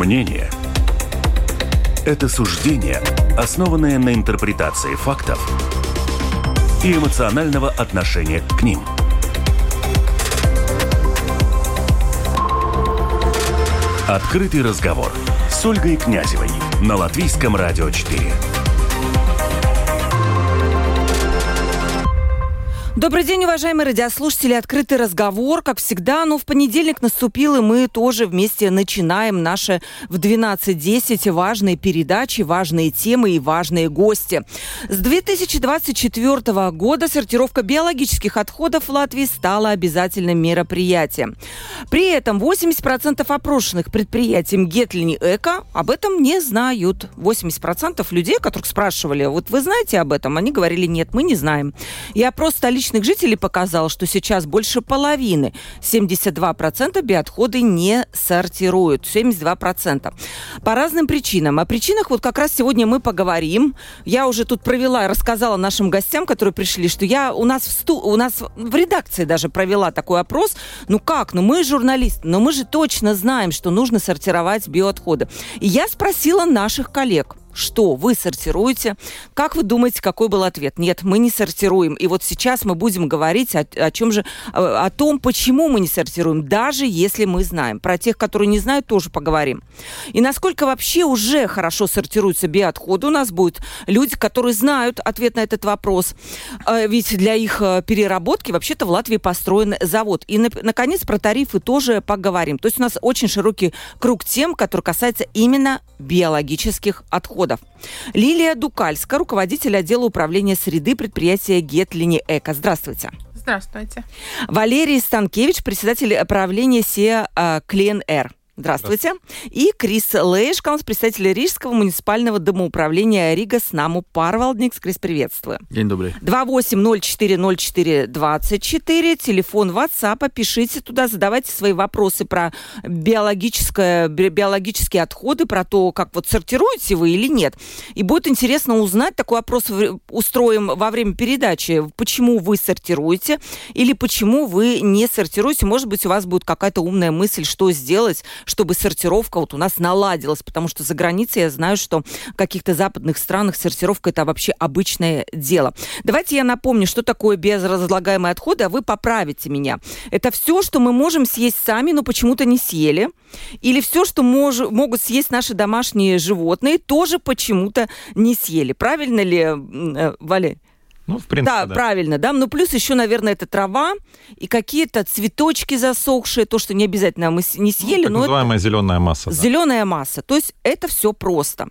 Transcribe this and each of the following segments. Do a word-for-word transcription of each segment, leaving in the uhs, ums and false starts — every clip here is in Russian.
Мнение – это суждение, основанное на интерпретации фактов и эмоционального отношения к ним. Открытый разговор с Ольгой Князевой на Латвийском радио четыре. Добрый день, уважаемые радиослушатели. Открытый разговор, как всегда. Ну, в понедельник наступил, и мы тоже вместе начинаем наши в двенадцать десять важные передачи, важные темы и важные гости. С две тысячи двадцать четвёртого года сортировка биологических отходов в Латвии стала обязательным мероприятием. При этом восемьдесят процентов опрошенных предприятий Гетлини Эко об этом не знают. восемьдесят процентов людей, которых спрашивали, вот вы знаете об этом? Они говорили, нет, мы не знаем. И опрос столичных жителей показал, что сейчас больше половины, семьдесят два процента биоотходы не сортируют. семьдесят два процента. По разным причинам. О причинах вот как раз сегодня мы поговорим. Я уже тут провела, рассказала нашим гостям, которые пришли, что я у нас в, сту, у нас в редакции даже провела такой опрос. Ну как? Ну мы журналисты, но мы же точно знаем, что нужно сортировать биоотходы. И я спросила наших коллег, что вы сортируете? Как вы думаете, какой был ответ? Нет, мы не сортируем. И вот сейчас мы будем говорить о, о чем же, о, о том, почему мы не сортируем, даже если мы знаем. Про тех, которые не знают, тоже поговорим. И насколько вообще уже хорошо сортируются биоотходы. У нас будут люди, которые знают ответ на этот вопрос. Ведь для их переработки вообще-то в Латвии построен завод. И, наконец, про тарифы тоже поговорим. То есть у нас очень широкий круг тем, который касается именно биологических отходов. Лилия Дукальска, руководитель отдела управления среды предприятия Гетлини Эко. Здравствуйте. Здравствуйте. Валерий Станкевич, председатель правления СЕА Клен Р. Здравствуйте. И Крис Лейшкалнс, представитель Рижского муниципального домоуправления Рига Снаму Парвалдникс. Крис, приветствую. День добрый. два восемь ноль четыре ноль четыре двадцать четыре, телефон WhatsApp, пишите туда, задавайте свои вопросы про биологическое, биологические отходы, про то, как вот сортируете вы или нет. И будет интересно узнать, такой опрос устроим во время передачи, почему вы сортируете или почему вы не сортируете. Может быть, у вас будет какая-то умная мысль, что сделать, чтобы сортировка вот у нас наладилась, потому что за границей я знаю, что в каких-то западных странах сортировка – это вообще обычное дело. Давайте я напомню, что такое биоразлагаемые отходы, а вы поправите меня. Это все, что мы можем съесть сами, но почему-то не съели, или все, что мож, могут съесть наши домашние животные, тоже почему-то не съели. Правильно ли, э, Валя? Ну, в принципе, да, да. правильно, да. Ну, плюс еще, наверное, это трава и какие-то цветочки засохшие, то, что не обязательно мы не съели. Ну, так но называемая это... зеленая масса. Да. Зеленая масса. То есть это все просто.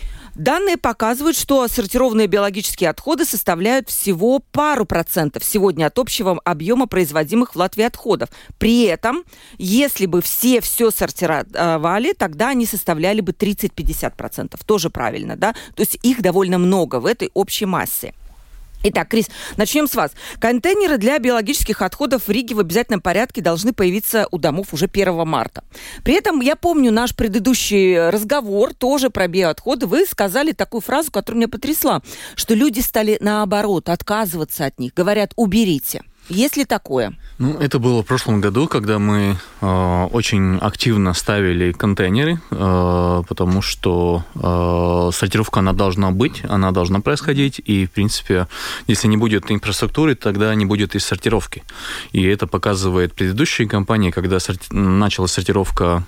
Данные показывают, что сортированные биологические отходы составляют всего пару процентов сегодня от общего объема производимых в Латвии отходов. При этом, если бы все все сортировали, тогда они составляли бы тридцать-пятьдесят процентов. Тоже правильно, да? То есть их довольно много в этой общей массе. Итак, Крис, начнем с вас. Контейнеры для биологических отходов в Риге в обязательном порядке должны появиться у домов уже первого марта. При этом я помню наш предыдущий разговор тоже про биоотходы. Вы сказали такую фразу, которая меня потрясла, что люди стали наоборот отказываться от них. Говорят, уберите. Есть ли такое? Ну, это было в прошлом году, когда мы э, очень активно ставили контейнеры, э, потому что э, сортировка, она должна быть, она должна происходить, и, в принципе, если не будет инфраструктуры, тогда не будет и сортировки. И это показывает предыдущие компании, когда сорти... началась сортировка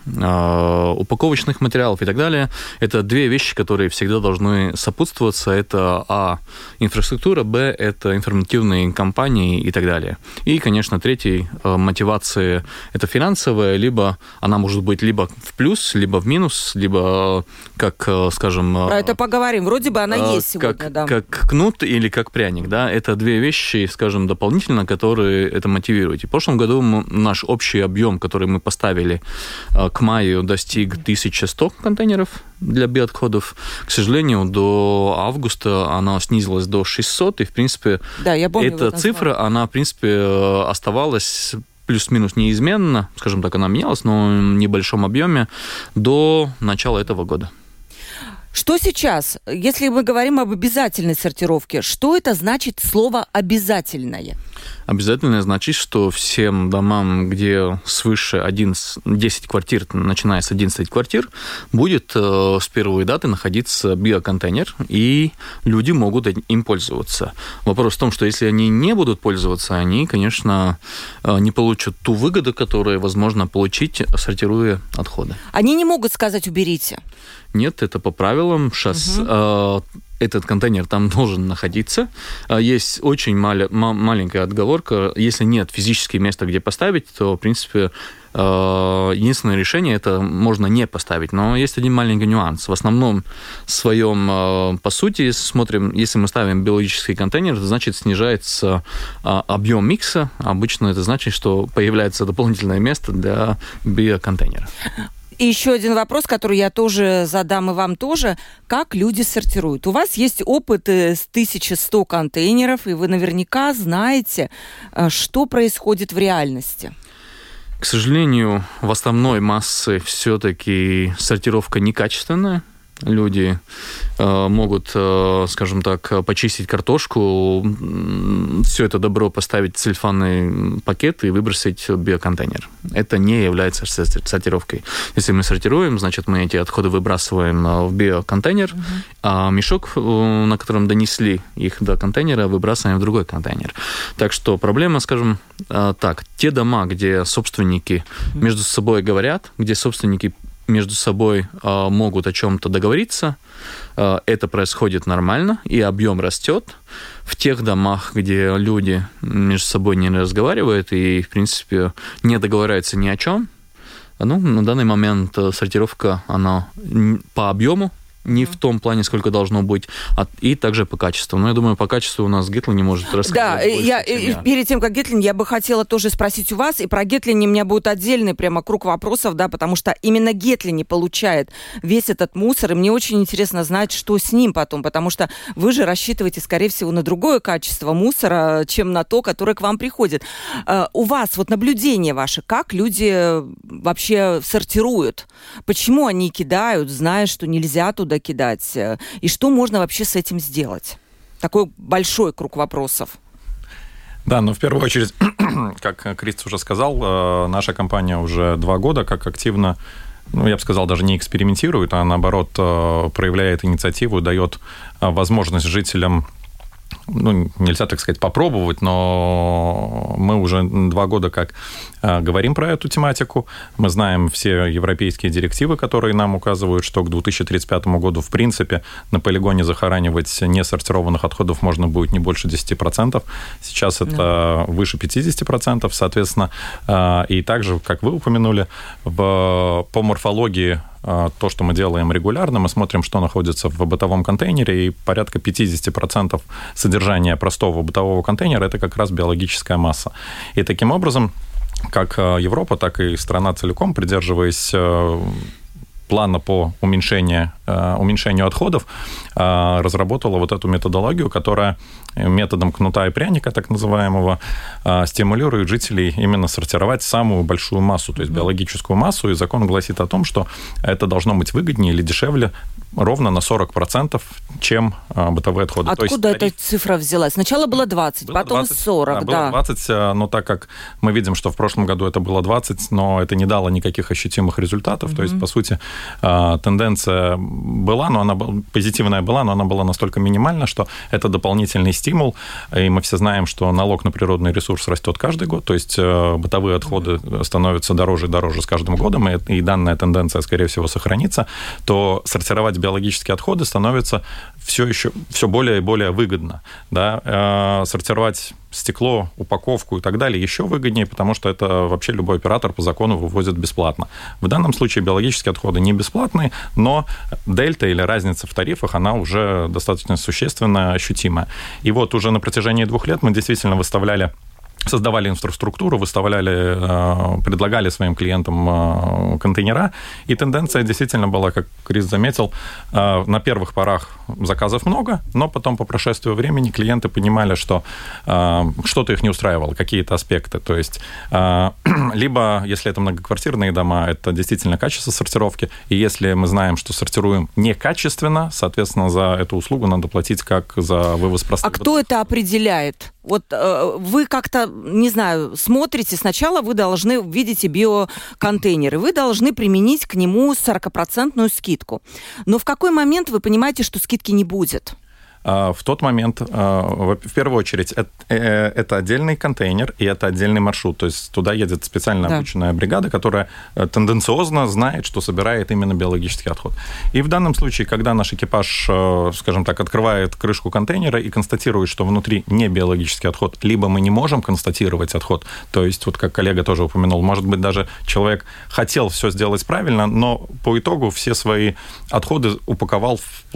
э, упаковочных материалов и так далее. Это две вещи, которые всегда должны сопутствоваться. Это, а, инфраструктура, б, это информативные компании и так далее. И, конечно, третьей э, мотивация это финансовая, либо она может быть либо в плюс, либо в минус, либо как, э, скажем... Э, Про это поговорим. Вроде бы она э, есть сегодня, как, да. Как кнут или как пряник, да. Это две вещи, скажем, дополнительно, которые это мотивируют. И в прошлом году мы, наш общий объем, который мы поставили э, к маю, достиг тысяча сто контейнеров для биоотходов. К сожалению, до августа она снизилась до шестисот, и, в принципе, да, я помню, эта цифра, она, в принципе, оставалась плюс-минус неизменно, скажем так, она менялась, но в небольшом объеме до начала этого года. Что сейчас, если мы говорим об обязательной сортировке, что это значит слово «обязательное»? Обязательно значит, что всем домам, где свыше одиннадцать, десять квартир, начиная с одиннадцати квартир, будет э, с первой даты находиться биоконтейнер, и люди могут им пользоваться. Вопрос в том, что если они не будут пользоваться, они, конечно, не получат ту выгоду, которую возможно получить, сортируя отходы. Они не могут сказать «уберите». Нет, это по правилам. Сейчас угу. э, этот контейнер там должен находиться. Есть очень мали, ма, маленькая отговорка. Если нет физического места, где поставить, то, в принципе, э, единственное решение – это можно не поставить. Но есть один маленький нюанс. В основном своем, э, по сути, если смотрим, если мы ставим биологический контейнер, то значит снижается э, объем микса. Обычно это значит, что появляется дополнительное место для биоконтейнера. И еще один вопрос, который я тоже задам и вам тоже. Как люди сортируют? У вас есть опыт с тысяча сто контейнеров, и вы наверняка знаете, что происходит в реальности. К сожалению, в основной массе все-таки сортировка некачественная. Люди э, могут, э, скажем так, почистить картошку, все это добро поставить в целлофанный пакет и выбросить в биоконтейнер. Это не является сортировкой. Если мы сортируем, значит, мы эти отходы выбрасываем в биоконтейнер, угу. а мешок, на котором донесли их до контейнера, выбрасываем в другой контейнер. Так что проблема, скажем так, те дома, где собственники угу. между собой говорят, где собственники между собой э, могут о чем-то договориться, э, это происходит нормально, и объем растет. В тех домах, где люди между собой не разговаривают и, в принципе, не договариваются ни о чем, ну, на данный момент сортировка, она по объему, не в том плане, сколько должно быть, а, и также по качеству. Но я думаю, по качеству у нас Гетлин не может рассказать. Да, больше, я, я. перед тем, как Гетлин, я бы хотела тоже спросить у вас, и про Гетлине у меня будет отдельный прямо круг вопросов, да, потому что именно Гетлине получает весь этот мусор, и мне очень интересно знать, что с ним потом, потому что вы же рассчитываете, скорее всего, на другое качество мусора, чем на то, которое к вам приходит. У вас вот наблюдение ваше, как люди вообще сортируют? Почему они кидают, зная, что нельзя туда кидать? И что можно вообще с этим сделать? Такой большой круг вопросов. Да, ну в первую очередь, как Крис уже сказал, наша компания уже два года как активно, ну я бы сказал, даже не экспериментирует, а наоборот проявляет инициативу, дает возможность жителям, ну, нельзя, так сказать, попробовать, но мы уже два года как э, говорим про эту тематику. Мы знаем все европейские директивы, которые нам указывают, что к две тысячи тридцать пятому году, в принципе, на полигоне захоранивать несортированных отходов можно будет не больше десять процентов. Сейчас это да. выше пятьдесят процентов, соответственно. Э, и также, как вы упомянули, в, по морфологии то, что мы делаем регулярно, мы смотрим, что находится в бытовом контейнере, и порядка пятьдесят процентов содержания простого бытового контейнера – это как раз биологическая масса. И таким образом, как Европа, так и страна целиком, придерживаясь плана по уменьшению, уменьшению отходов, разработала вот эту методологию, которая методом кнута и пряника, так называемого, стимулирует жителей именно сортировать самую большую массу, то есть биологическую массу, и закон гласит о том, что это должно быть выгоднее или дешевле ровно на сорок процентов, чем бытовые отходы. Откуда эта цифра взялась? Сначала было двадцать, было потом двадцать, сорок, да. Было двадцать, но так как мы видим, что в прошлом году это было двадцать, но это не дало никаких ощутимых результатов, mm-hmm. то есть, по сути, тенденция была, но она позитивная была, но она была настолько минимальна, что это дополнительный стимул, и мы все знаем, что налог на природный ресурс растет каждый год, то есть бытовые отходы становятся дороже и дороже с каждым годом, и данная тенденция, скорее всего, сохранится, то сортировать биологические отходы становится все еще все более и более выгодно. Да? Сортировать стекло, упаковку и так далее еще выгоднее, потому что это вообще любой оператор по закону вывозит бесплатно. В данном случае биологические отходы не бесплатные, но дельта или разница в тарифах, она уже достаточно существенная, ощутимая. И вот уже на протяжении двух лет мы действительно выставляли создавали инфраструктуру, выставляли, предлагали своим клиентам контейнера, и тенденция действительно была, как Крис заметил, на первых порах заказов много, но потом по прошествию времени клиенты понимали, что что-то их не устраивало, какие-то аспекты, то есть либо, если это многоквартирные дома, это действительно качество сортировки, и если мы знаем, что сортируем некачественно, соответственно, за эту услугу надо платить как за вывоз простых. А кто это определяет? Вот э, вы как-то, не знаю, смотрите, сначала вы должны, видите биоконтейнеры, вы должны применить к нему сорокопроцентную скидку. Но в какой момент вы понимаете, что скидки не будет? В тот момент, в первую очередь, это отдельный контейнер и это отдельный маршрут. То есть туда едет специально да. обученная бригада, которая тенденциозно знает, что собирает именно биологический отход. И в данном случае, когда наш экипаж, скажем так, открывает крышку контейнера и констатирует, что внутри не биологический отход, либо мы не можем констатировать отход, то есть, вот как коллега тоже упомянул, может быть, даже человек хотел все сделать правильно, но по итогу все свои отходы упаковал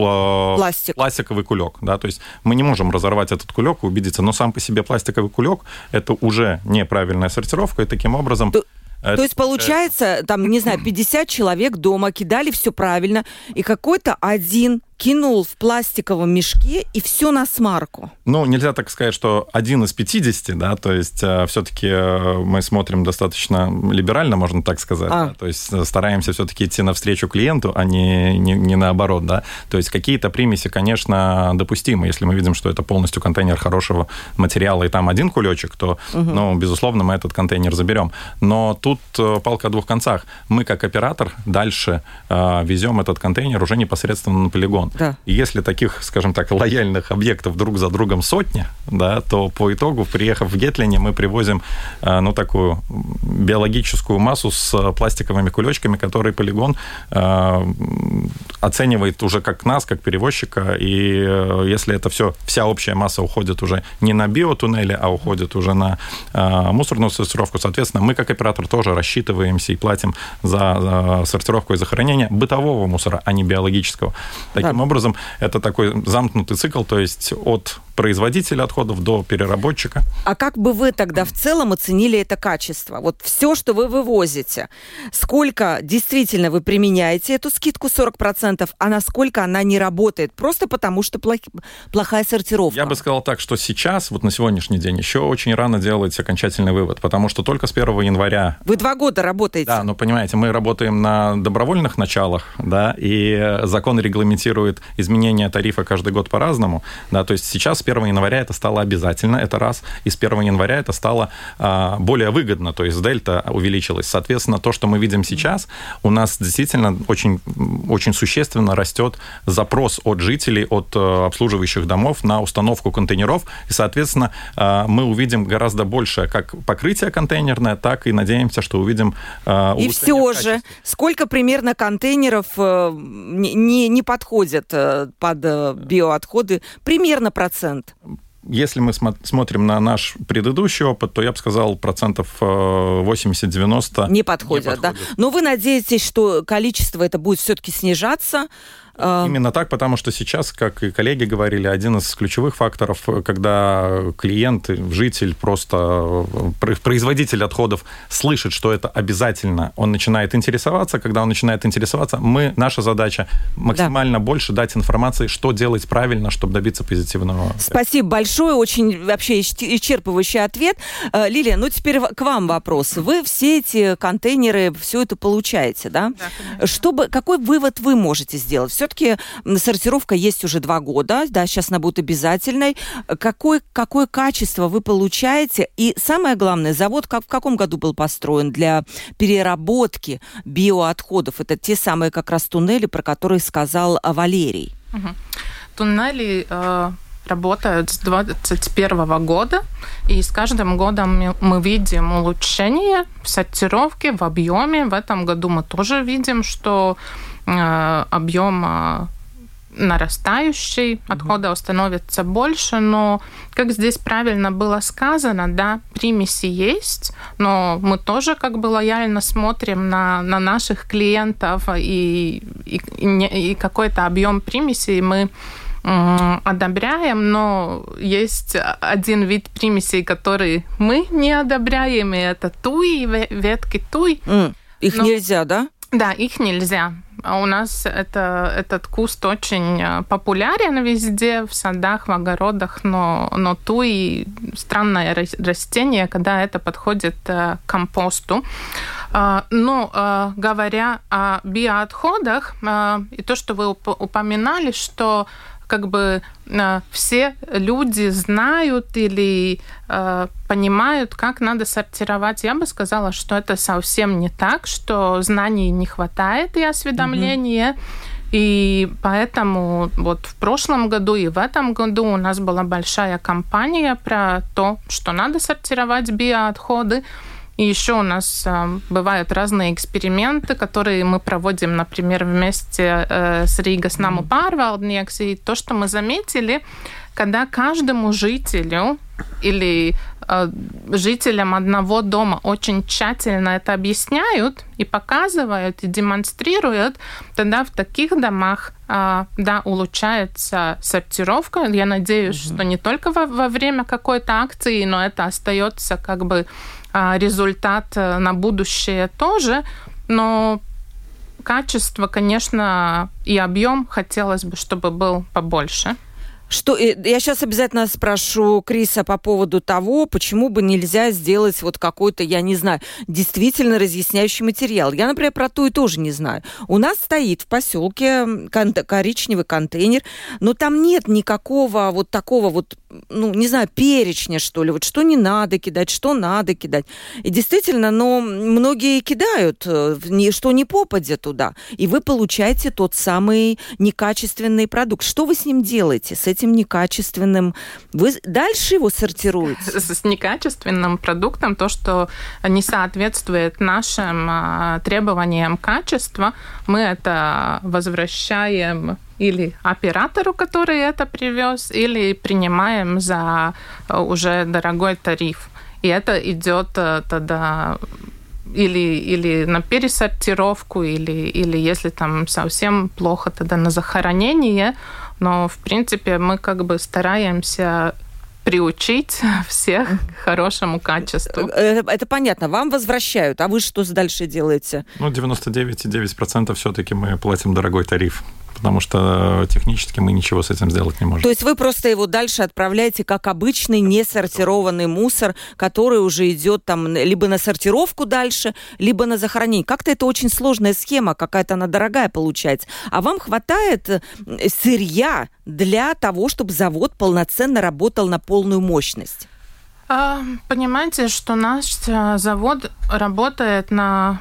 в Пластик. пластиковый кулек. Да, то есть мы не можем разорвать этот кулек и убедиться, но сам по себе пластиковый кулек – это уже неправильная сортировка, и таким образом… То, это, то есть, получается, там, не знаю, пятьдесят человек дома кидали все правильно, и какой-то один кинул в пластиковом мешке, и все на смарку. Ну, нельзя так сказать, что один из пятидесяти, да, то есть э, все-таки э, мы смотрим достаточно либерально, можно так сказать, а. да, то есть стараемся все-таки идти навстречу клиенту, а не, не, не наоборот, да, то есть какие-то примеси, конечно, допустимы, если мы видим, что это полностью контейнер хорошего материала, и там один кулечек, то, угу. ну, безусловно, мы этот контейнер заберем, но тут э, палка о двух концах. Мы, как оператор, дальше э, везем этот контейнер уже непосредственно на полигон. Да. И если таких, скажем так, лояльных объектов друг за другом сотни, да, то по итогу, приехав в Гетлине, мы привозим ну, такую биологическую массу с пластиковыми кулечками, которые полигон э, оценивает уже как нас, как перевозчика. И э, если это все, вся общая масса уходит уже не на биотуннели, а уходит уже на э, мусорную сортировку, соответственно, мы как оператор тоже рассчитываемся и платим за, за сортировку и захоронение бытового мусора, а не биологического. Таким да. образом, это такой замкнутый цикл, то есть от производителя отходов до переработчика. А как бы вы тогда в целом оценили это качество? Вот все, что вы вывозите, сколько действительно вы применяете эту скидку сорок процентов, а насколько она не работает? Просто потому, что плох... плохая сортировка. Я бы сказал так, что сейчас, вот на сегодняшний день, еще очень рано делать окончательный вывод, потому что только с первого января... Вы два года работаете. Да, но понимаете, мы работаем на добровольных началах, да, и закон регламентирует изменение тарифа каждый год по-разному, да, то есть сейчас с первого января это стало обязательно, это раз, и с первого января это стало а, более выгодно, то есть дельта увеличилась. Соответственно, то, что мы видим сейчас, у нас действительно очень, очень существенно растет запрос от жителей, от а, обслуживающих домов на установку контейнеров, и, соответственно, а, мы увидим гораздо больше как покрытие контейнерное, так и надеемся, что увидим а, улучшение. И все же, сколько примерно контейнеров а, не, не подходят а, под а, биоотходы? Примерно процент. Если мы смо- смотрим на наш предыдущий опыт, то я бы сказал, процентов восемьдесят-девяносто не подходят, не подходят. Да? Но вы надеетесь, что количество это будет все-таки снижаться? Именно так, потому что сейчас, как и коллеги говорили, один из ключевых факторов, когда клиент, житель, просто производитель отходов слышит, что это обязательно, он начинает интересоваться. Когда он начинает интересоваться, мы, наша задача максимально да. больше дать информации, что делать правильно, чтобы добиться позитивного. Спасибо большое, очень вообще исчерпывающий ответ. Лилия, ну теперь к вам вопрос. Вы все эти контейнеры, все это получаете, да? Да, Чтобы, какой вывод вы можете сделать? Все-таки сортировка есть уже два года, да, сейчас она будет обязательной. Какое, какое качество вы получаете? И самое главное, завод как, в каком году был построен для переработки биоотходов? Это те самые как раз туннели, про которые сказал Валерий. Угу. Туннели э, работают с двадцать первого года, и с каждым годом мы, мы видим улучшение в сортировке, в объеме. В этом году мы тоже видим, что объем нарастающий, отходов становится больше, но, как здесь правильно было сказано, да, примеси есть, но мы тоже как бы лояльно смотрим на, на наших клиентов, и, и, и какой-то объем примесей мы одобряем, но есть один вид примесей, который мы не одобряем, и это туи, ветки туи. Mm. Их но... нельзя, да? Да, их нельзя. У нас это, этот куст очень популярен везде, в садах, в огородах, но, но туи – странное растение, когда это подходит к компосту. Но говоря о биоотходах, и то, что вы упоминали, что как бы э, все люди знают или э, понимают, как надо сортировать. Я бы сказала, что это совсем не так, что знаний не хватает и осведомления. Mm-hmm. И поэтому вот в прошлом году и в этом году у нас была большая кампания про то, что надо сортировать биоотходы. И еще у нас э, бывают разные эксперименты, которые мы проводим, например, вместе э, с Рīgas namu pārvaldnieks. И то, что мы заметили, когда каждому жителю или э, жителям одного дома очень тщательно это объясняют и показывают, и демонстрируют, тогда в таких домах э, да, улучшается сортировка. Я надеюсь, mm-hmm. что не только во, во время какой-то акции, но это остается как бы результат на будущее тоже, но качество, конечно, и объем хотелось бы, чтобы был побольше. Что, я сейчас обязательно спрошу Криса по поводу того, почему бы нельзя сделать вот какой-то, я не знаю, действительно разъясняющий материал. Я, например, про то и тоже не знаю. У нас стоит в поселке кон- коричневый контейнер, но там нет никакого вот такого вот, ну, не знаю, перечня, что ли, вот что не надо кидать, что надо кидать. И действительно, но многие кидают, что не попадя туда. И вы получаете тот самый некачественный продукт. Что вы с ним делаете, с этим некачественным? Вы дальше его сортируете? С, с некачественным продуктом, то, что не соответствует нашим а, требованиям качества, мы это возвращаем или оператору, который это привез, или принимаем за уже дорогой тариф. И это идет тогда или, или на пересортировку, или, или если там совсем плохо, тогда на захоронение. Но, в принципе, мы как бы стараемся приучить всех к хорошему качеству. Это, это понятно. Вам возвращают. А вы что дальше делаете? Ну, девяносто девять целых девять десятых процента все-таки мы платим дорогой тариф, потому что технически мы ничего с этим сделать не можем. То есть вы просто его дальше отправляете как обычный несортированный мусор, который уже идет там либо на сортировку дальше, либо на захоронение. Как-то это очень сложная схема, какая-то она дорогая получается. А вам хватает сырья для того, чтобы завод полноценно работал на полную мощность? Понимаете, что наш завод работает на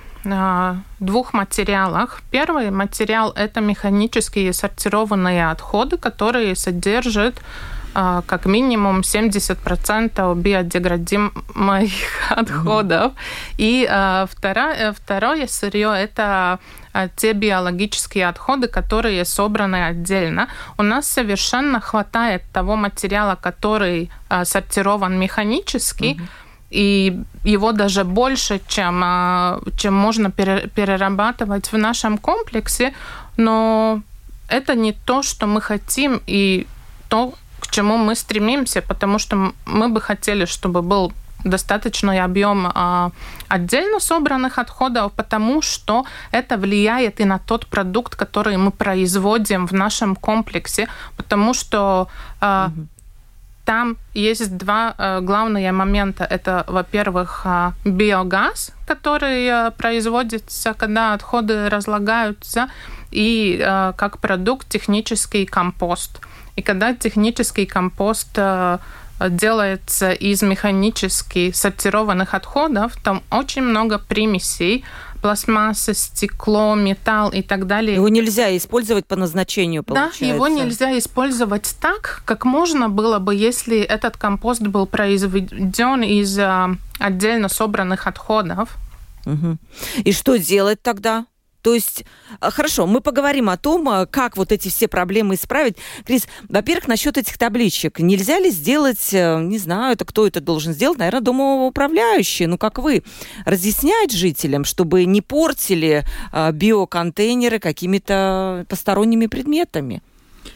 двух материалах. Первый материал – это механические сортированные отходы, которые содержат как минимум семьдесят процентов биодеградируемых отходов. Mm-hmm. И второе, второе сырье – это те биологические отходы, которые собраны отдельно. У нас совершенно хватает того материала, который сортирован механически, mm-hmm. и его даже больше, чем, чем можно перерабатывать в нашем комплексе, но это не то, что мы хотим, и то, к чему мы стремимся, потому что мы бы хотели, чтобы был достаточный объем а, отдельно собранных отходов, потому что это влияет и на тот продукт, который мы производим в нашем комплексе, потому что а, mm-hmm. там есть два а, главные момента. Это, во-первых, а, биогаз, который а, производится, когда отходы разлагаются, и а, как продукт технический компост. И когда технический компост э, делается из механически сортированных отходов, там очень много примесей, пластмасса, стекло, металл и так далее. Его нельзя использовать по назначению, получается. Да, его нельзя использовать так, как можно было бы, если этот компост был произведен из э, отдельно собранных отходов. Угу. И что делать тогда? То есть, хорошо, мы поговорим о том, как вот эти все проблемы исправить. Крис, во-первых, насчет этих табличек. Нельзя ли сделать, не знаю, это кто это должен сделать? Наверное, домоуправляющие, ну, как вы, разъяснять жителям, чтобы не портили биоконтейнеры какими-то посторонними предметами?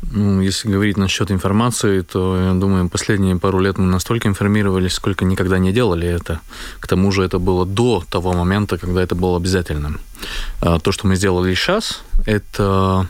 Ну, если говорить насчет информации, то, я думаю, последние пару лет мы настолько информировались, сколько никогда не делали это. К тому же это было до того момента, когда это было обязательным. То, что мы сделали сейчас, это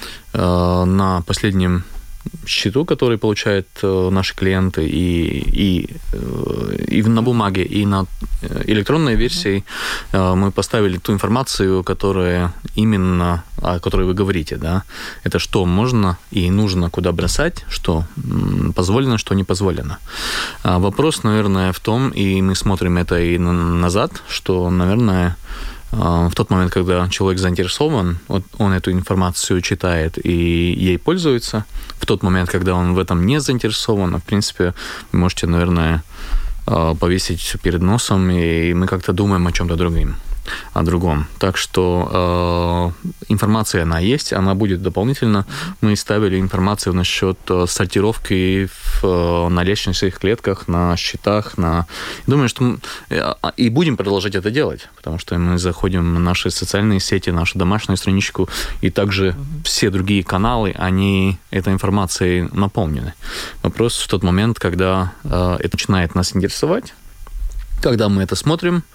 на последнем счету, который получают наши клиенты, и, и, и на бумаге, и на электронной версии mm-hmm. мы поставили ту информацию, которая именно, о которой вы говорите, да, это что можно и нужно куда бросать, что позволено, что не позволено. Вопрос, наверное, в том, и мы смотрим это и назад, что, наверное, в тот момент, когда человек заинтересован, он эту информацию читает и ей пользуется. В тот момент, когда он в этом не заинтересован, в принципе, вы можете, наверное, повесить перед носом, и мы как-то думаем о чем-то другом. О другом. Так что э, информация, она есть, она будет дополнительно. Мы ставили информацию насчет сортировки в, э, на лестничных клетках, на счетах. На... Думаю, что мы э, и будем продолжать это делать, потому что мы заходим на наши социальные сети, нашу домашнюю страничку, и также mm-hmm. все другие каналы, они этой информацией наполнены. Вопрос в тот момент, когда э, это начинает нас интересовать, когда мы это смотрим.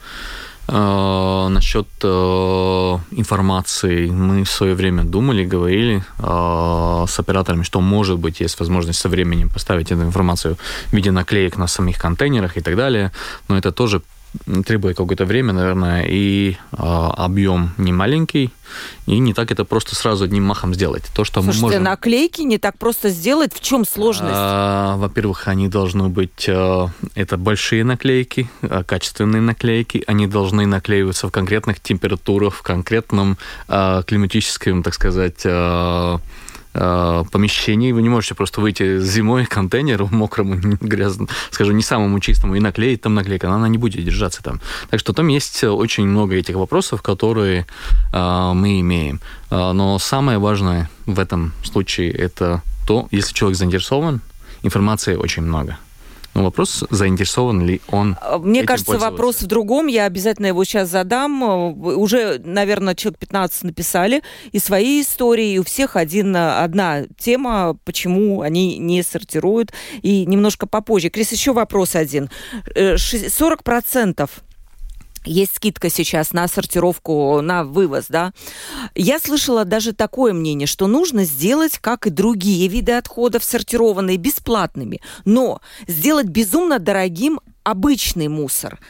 Uh, насчет uh, информации мы в свое время думали, говорили uh, с операторами, что, может быть, есть возможность со временем поставить эту информацию в виде наклеек на самих контейнерах и так далее, но это тоже требует какое-то время, наверное, и э, объем не маленький, и не так это просто сразу одним махом сделать. То, что Слушайте, мы можем... наклейки не так просто сделать. В чем сложность? А, во-первых, они должны быть... А, это большие наклейки, а, качественные наклейки. Они должны наклеиваться в конкретных температурах, в конкретном а, климатическом, так сказать... А, помещении. Вы не можете просто выйти зимой к контейнеру мокрому, грязному, скажем, не самому чистому, и наклеить там наклейка. Она не будет держаться там. Так что там есть очень много этих вопросов, которые э, мы имеем. Э, но самое важное в этом случае это то, если человек заинтересован, информации очень много. Но вопрос, заинтересован ли он Мне кажется, вопрос в другом. Я обязательно его сейчас задам. Уже, наверное, человек пятнадцать написали и свои истории. И у всех один, одна тема, почему они не сортируют. И немножко попозже. Крис, еще вопрос один. сорок процентов есть скидка сейчас на сортировку, на вывоз, да. Я слышала даже такое мнение, что нужно сделать, как и другие виды отходов, сортированные, бесплатными, но сделать безумно дорогим обычный мусор.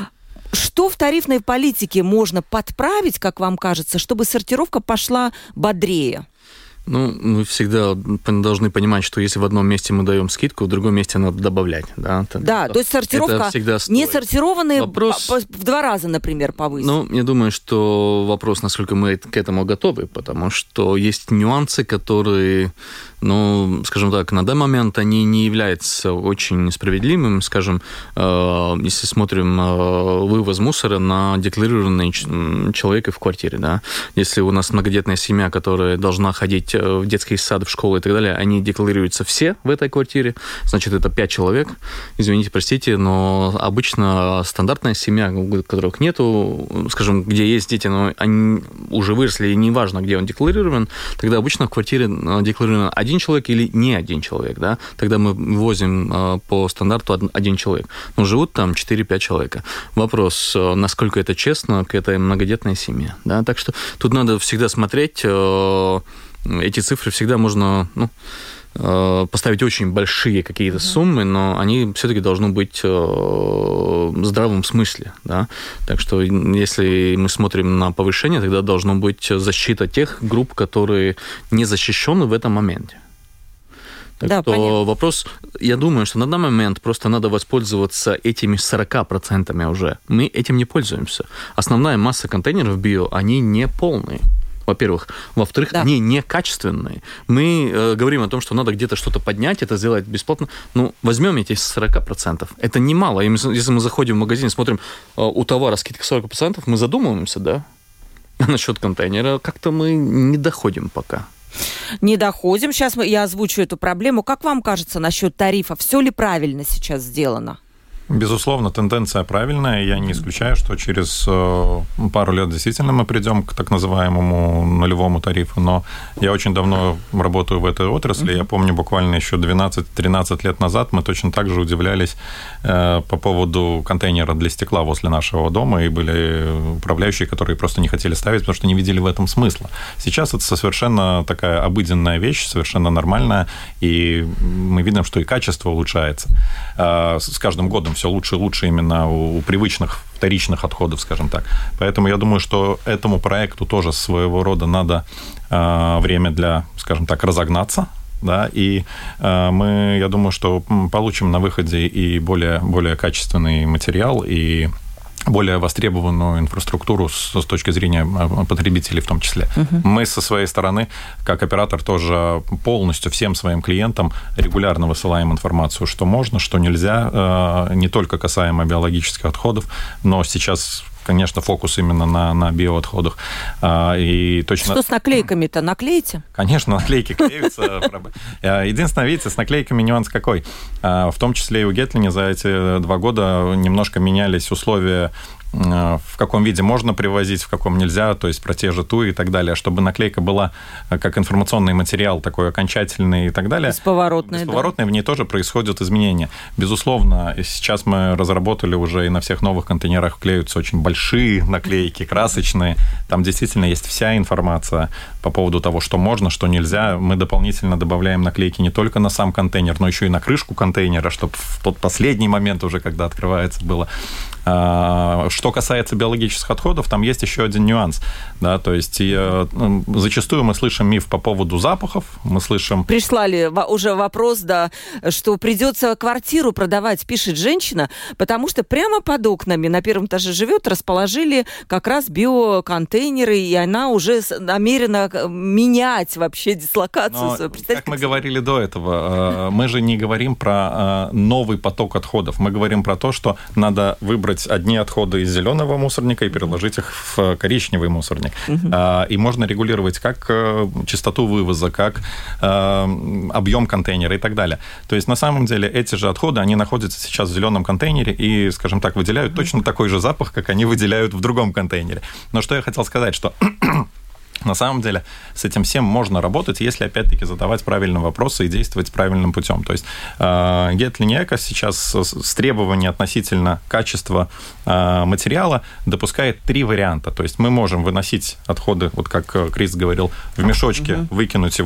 Что в тарифной политике можно подправить, как вам кажется, чтобы сортировка пошла бодрее? Ну, мы всегда должны понимать, что если в одном месте мы даем скидку, в другом месте надо добавлять. Да, да, то есть сортировка не сортированные вопрос... в два раза, например, повысить. Ну, я думаю, что вопрос, насколько мы к этому готовы, потому что есть нюансы, которые, ну, скажем так, на данный момент они не являются очень справедливыми. Скажем, если смотрим вывоз мусора на декларированный человека в квартире, да, если у нас многодетная семья, которая должна ходить в детский сад, в школу и так далее, они декларируются все в этой квартире, значит, это пять человек. Извините, простите, но обычно стандартная семья, у которых нету, скажем, где есть дети, но они уже выросли, и неважно, где он декларирован, тогда обычно в квартире декларирован один человек или не один человек, да, тогда мы возим по стандарту один человек, но живут там четыре-пять человек. Вопрос, насколько это честно к этой многодетной семье, да, так что тут надо всегда смотреть. Эти цифры всегда можно, ну, поставить очень большие какие-то mm-hmm. суммы, но они все-таки должны быть в здравом смысле. Да? Так что если мы смотрим на повышение, тогда должна быть защита тех групп, которые не защищены в этом моменте. Так да, что понятно. Вопрос, я думаю, что на данный момент просто надо воспользоваться этими сорока процентами уже. Мы этим не пользуемся. Основная масса контейнеров био, они не полные. Во-первых. Во-вторых, да. они некачественные. Мы э, говорим о том, что надо где-то что-то поднять, это сделать бесплатно. Ну, возьмем эти сорок процентов. Это немало. Если мы заходим в магазин и смотрим, э, у товара скидка сорок процентов, мы задумываемся, да? А насчет контейнера как-то мы не доходим пока. Не доходим. Сейчас я озвучу эту проблему. Как вам кажется насчет тарифа? Все ли правильно сейчас сделано? Безусловно, тенденция правильная. Я не исключаю, что через пару лет действительно мы придем к так называемому нулевому тарифу. Но я очень давно работаю в этой отрасли. Я помню, буквально еще двенадцать-тринадцать лет назад мы точно так же удивлялись по поводу контейнера для стекла возле нашего дома. И были управляющие, которые просто не хотели ставить, потому что не видели в этом смысла. Сейчас это совершенно такая обыденная вещь, совершенно нормальная. И мы видим, что и качество улучшается. С каждым годом все лучше и лучше именно у, у привычных вторичных отходов, скажем так. Поэтому я думаю, что этому проекту тоже своего рода надо э, время для, скажем так, разогнаться. Да, и э, мы, я думаю, что получим на выходе и более, более качественный материал, и более востребованную инфраструктуру с, с точки зрения потребителей в том числе. Uh-huh. Мы со своей стороны, как оператор, тоже полностью всем своим клиентам регулярно высылаем информацию, что можно, что нельзя, не только касаемо биологических отходов, но сейчас, конечно, фокус именно на, на биоотходах. И точно... Что с наклейками-то? Наклеите? Конечно, наклейки клеются. Единственное, видите, с наклейками нюанс какой? В том числе и у Гетлине за эти два года немножко менялись условия, в каком виде можно привозить, в каком нельзя, то есть про те же туи и так далее, чтобы наклейка была как информационный материал, такой окончательный и так далее. Бесповоротный, Бесповоротный, да. В ней тоже происходят изменения. Безусловно, сейчас мы разработали уже и на всех новых контейнерах клеются очень большие наклейки, красочные. Там действительно есть вся информация по поводу того, что можно, что нельзя. Мы дополнительно добавляем наклейки не только на сам контейнер, но еще и на крышку контейнера, чтобы в тот последний момент уже, когда открывается, было. Что касается биологических отходов, там есть еще один нюанс. Да, то есть и, зачастую мы слышим миф по поводу запахов, мы слышим... Прислали уже вопрос, да, что придется квартиру продавать, пишет женщина, потому что прямо под окнами на первом этаже живет, расположили как раз биоконтейнеры, и она уже намерена менять вообще дислокацию свою. Как мы говорили до этого, мы же не говорим про новый поток отходов, мы говорим про то, что надо выбрать одни отходы из зеленого мусорника и переложить их в коричневый мусорник. Uh-huh. И можно регулировать как частоту вывоза, как объем контейнера и так далее. То есть на самом деле эти же отходы, они находятся сейчас в зеленом контейнере и, скажем так, выделяют uh-huh. точно такой же запах, как они выделяют в другом контейнере. Но что я хотел сказать, что... На самом деле с этим всем можно работать, если, опять-таки, задавать правильные вопросы и действовать правильным путем. То есть Getlini Eco сейчас с требований относительно качества материала допускает три варианта. То есть мы можем выносить отходы, вот как Крис говорил, в мешочке, uh-huh. выкинуть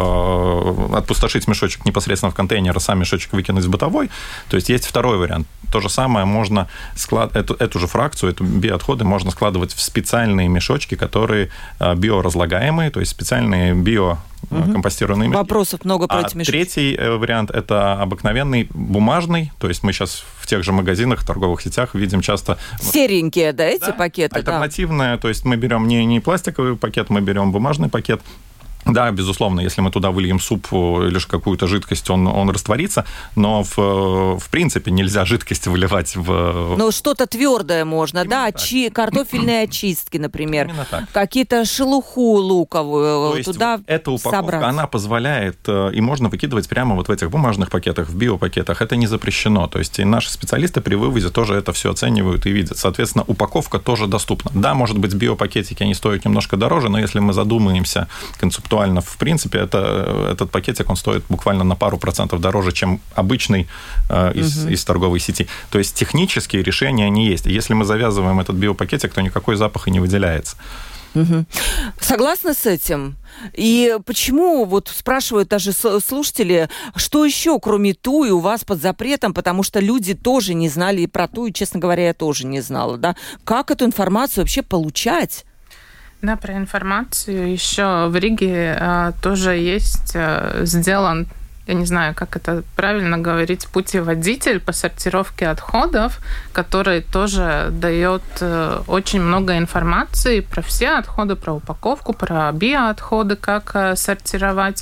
его, отпустошить мешочек непосредственно в контейнер, а сам мешочек выкинуть в бытовой. То есть есть второй вариант. То же самое можно склад... эту, эту же фракцию, эту биоотходы можно складывать в специальные мешочки, которые биоразлагаемые, то есть специальные биокомпостированные мешки. Вопросов много про а эти мешки. Третий вариант – это обыкновенный бумажный, то есть мы сейчас в тех же магазинах, торговых сетях видим часто... Серенькие, да, эти да? пакеты? Альтернативные, да. То есть мы берем не, не пластиковый пакет, мы берем бумажный пакет. Да, безусловно, если мы туда выльем суп или же какую-то жидкость, он, он растворится, но в, в принципе нельзя жидкость выливать в... Ну, что-то твердое можно, именно да, очи... картофельные очистки, например, какие-то шелуху луковую. То есть туда эта упаковка, собрать. Она позволяет, и можно выкидывать прямо вот в этих бумажных пакетах, в биопакетах, это не запрещено. То есть и наши специалисты при вывозе тоже это все оценивают и видят. Соответственно, упаковка тоже доступна. Да, может быть, биопакетики, они стоят немножко дороже, но если мы задумаемся концептуально, в принципе, это, этот пакетик, он стоит буквально на пару процентов дороже, чем обычный э, из, угу. из торговой сети. То есть технические решения, они есть. Если мы завязываем этот биопакетик, то никакой запах и не выделяется. Угу. Согласна с этим? И почему, вот спрашивают даже слушатели, что еще, кроме туи, у вас под запретом, потому что люди тоже не знали и про туи, честно говоря, я тоже не знала, да? Как эту информацию вообще получать? Да, про информацию еще в Риге а, тоже есть а, сделан, я не знаю, как это правильно говорить, путеводитель по сортировке отходов, который тоже дает а, очень много информации про все отходы, про упаковку, про биоотходы, как а, сортировать.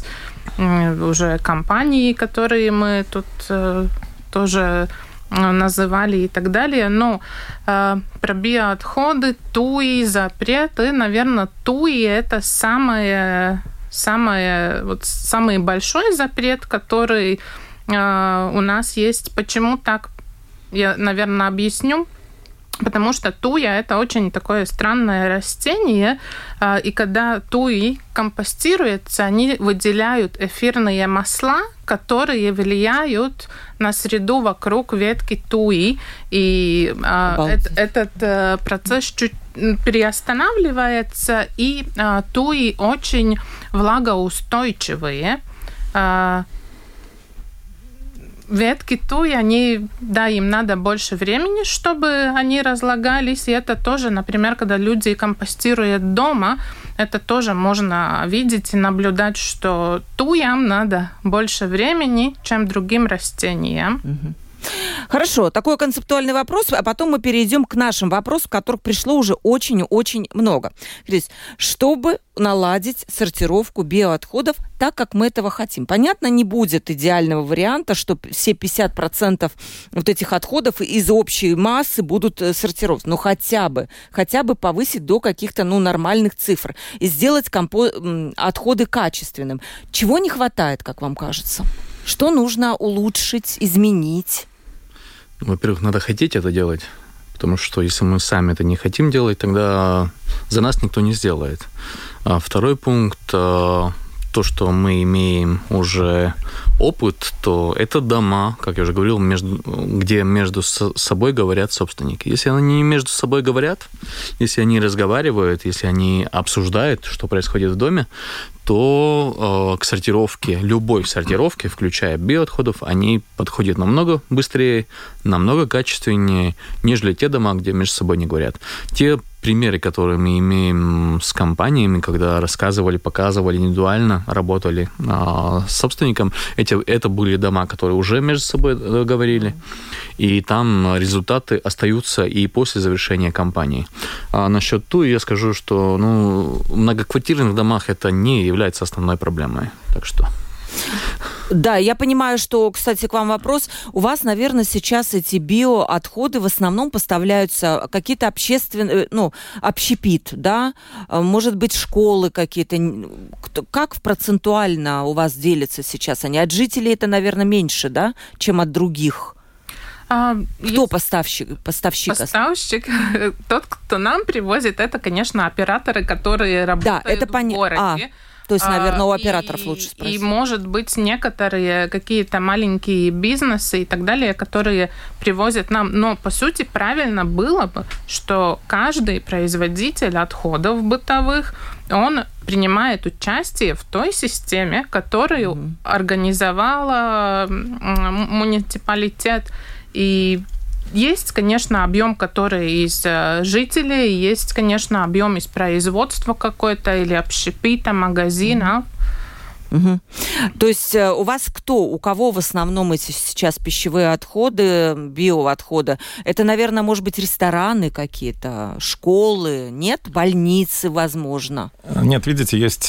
Уже компании, которые мы тут а, тоже... называли и так далее. Но э, про биоотходы, туи, запреты, наверное, туи – это самое, самое, вот, самый большой запрет, который э, у нас есть. Почему так я, наверное, объясню. Потому что туя – это очень такое странное растение, и когда туи компостируются, они выделяют эфирные масла, которые влияют на среду вокруг ветки туи, и Обалдеть. этот процесс чуть приостанавливается, и туи очень влагоустойчивые. Ветки туи, они, да, им надо больше времени, чтобы они разлагались. И это тоже, например, когда люди компостируют дома, это тоже можно видеть и наблюдать, что туям надо больше времени, чем другим растениям. Угу. Хорошо, такой концептуальный вопрос, а потом мы перейдем к нашим вопросам, которых пришло уже очень-очень много. Крис, чтобы наладить сортировку биоотходов так, как мы этого хотим. Понятно, не будет идеального варианта, что все пятьдесят процентов вот этих отходов из общей массы будут сортироваться. Но хотя бы, хотя бы повысить до каких-то ну, нормальных цифр и сделать компо- отходы качественным. Чего не хватает, как вам кажется? Что нужно улучшить, изменить? Во-первых, надо хотеть это делать, потому что если мы сами это не хотим делать, тогда за нас никто не сделает. А второй пункт, то, что мы имеем уже опыт, то это дома, как я уже говорил, между, где между собой говорят собственники. Если они между собой говорят, если они разговаривают, если они обсуждают, что происходит в доме, то э, к сортировке, любой сортировке, включая биоотходов, они подходят намного быстрее, намного качественнее, нежели те дома, где между собой не говорят. Те примеры, которые мы имеем с компаниями, когда рассказывали, показывали, индивидуально работали э, с собственником, эти, это были дома, которые уже между собой говорили, и там результаты остаются и после завершения кампании. А насчет туи я скажу, что ну, в многоквартирных домах это не является основной проблемой. Так что... Да, я понимаю, что, кстати, к вам вопрос. У вас, наверное, сейчас эти биоотходы в основном поставляются какие-то общественные, ну, общепит, да? Может быть, школы какие-то. Как процентуально у вас делятся сейчас они? От жителей это, наверное, меньше, да, чем от других? А, кто есть... поставщик? Поставщик, поставщик тот, кто нам привозит, это, конечно, операторы, которые работают да, это пон... в городе. А. То есть, наверное, у операторов и, лучше спросить. И, может быть, некоторые какие-то маленькие бизнесы и так далее, которые привозят нам. Но, по сути, правильно было бы, что каждый производитель отходов бытовых, он принимает участие в той системе, которую mm-hmm. организовала муниципалитет. И есть, конечно, объем, который из жителей, есть, конечно, объем из производства какой-то или общепита, магазина. Угу. То есть у вас кто, у кого в основном эти сейчас пищевые отходы, биоотходы? Это, наверное, может быть, рестораны какие-то, школы, нет? Больницы, возможно? Нет, видите, есть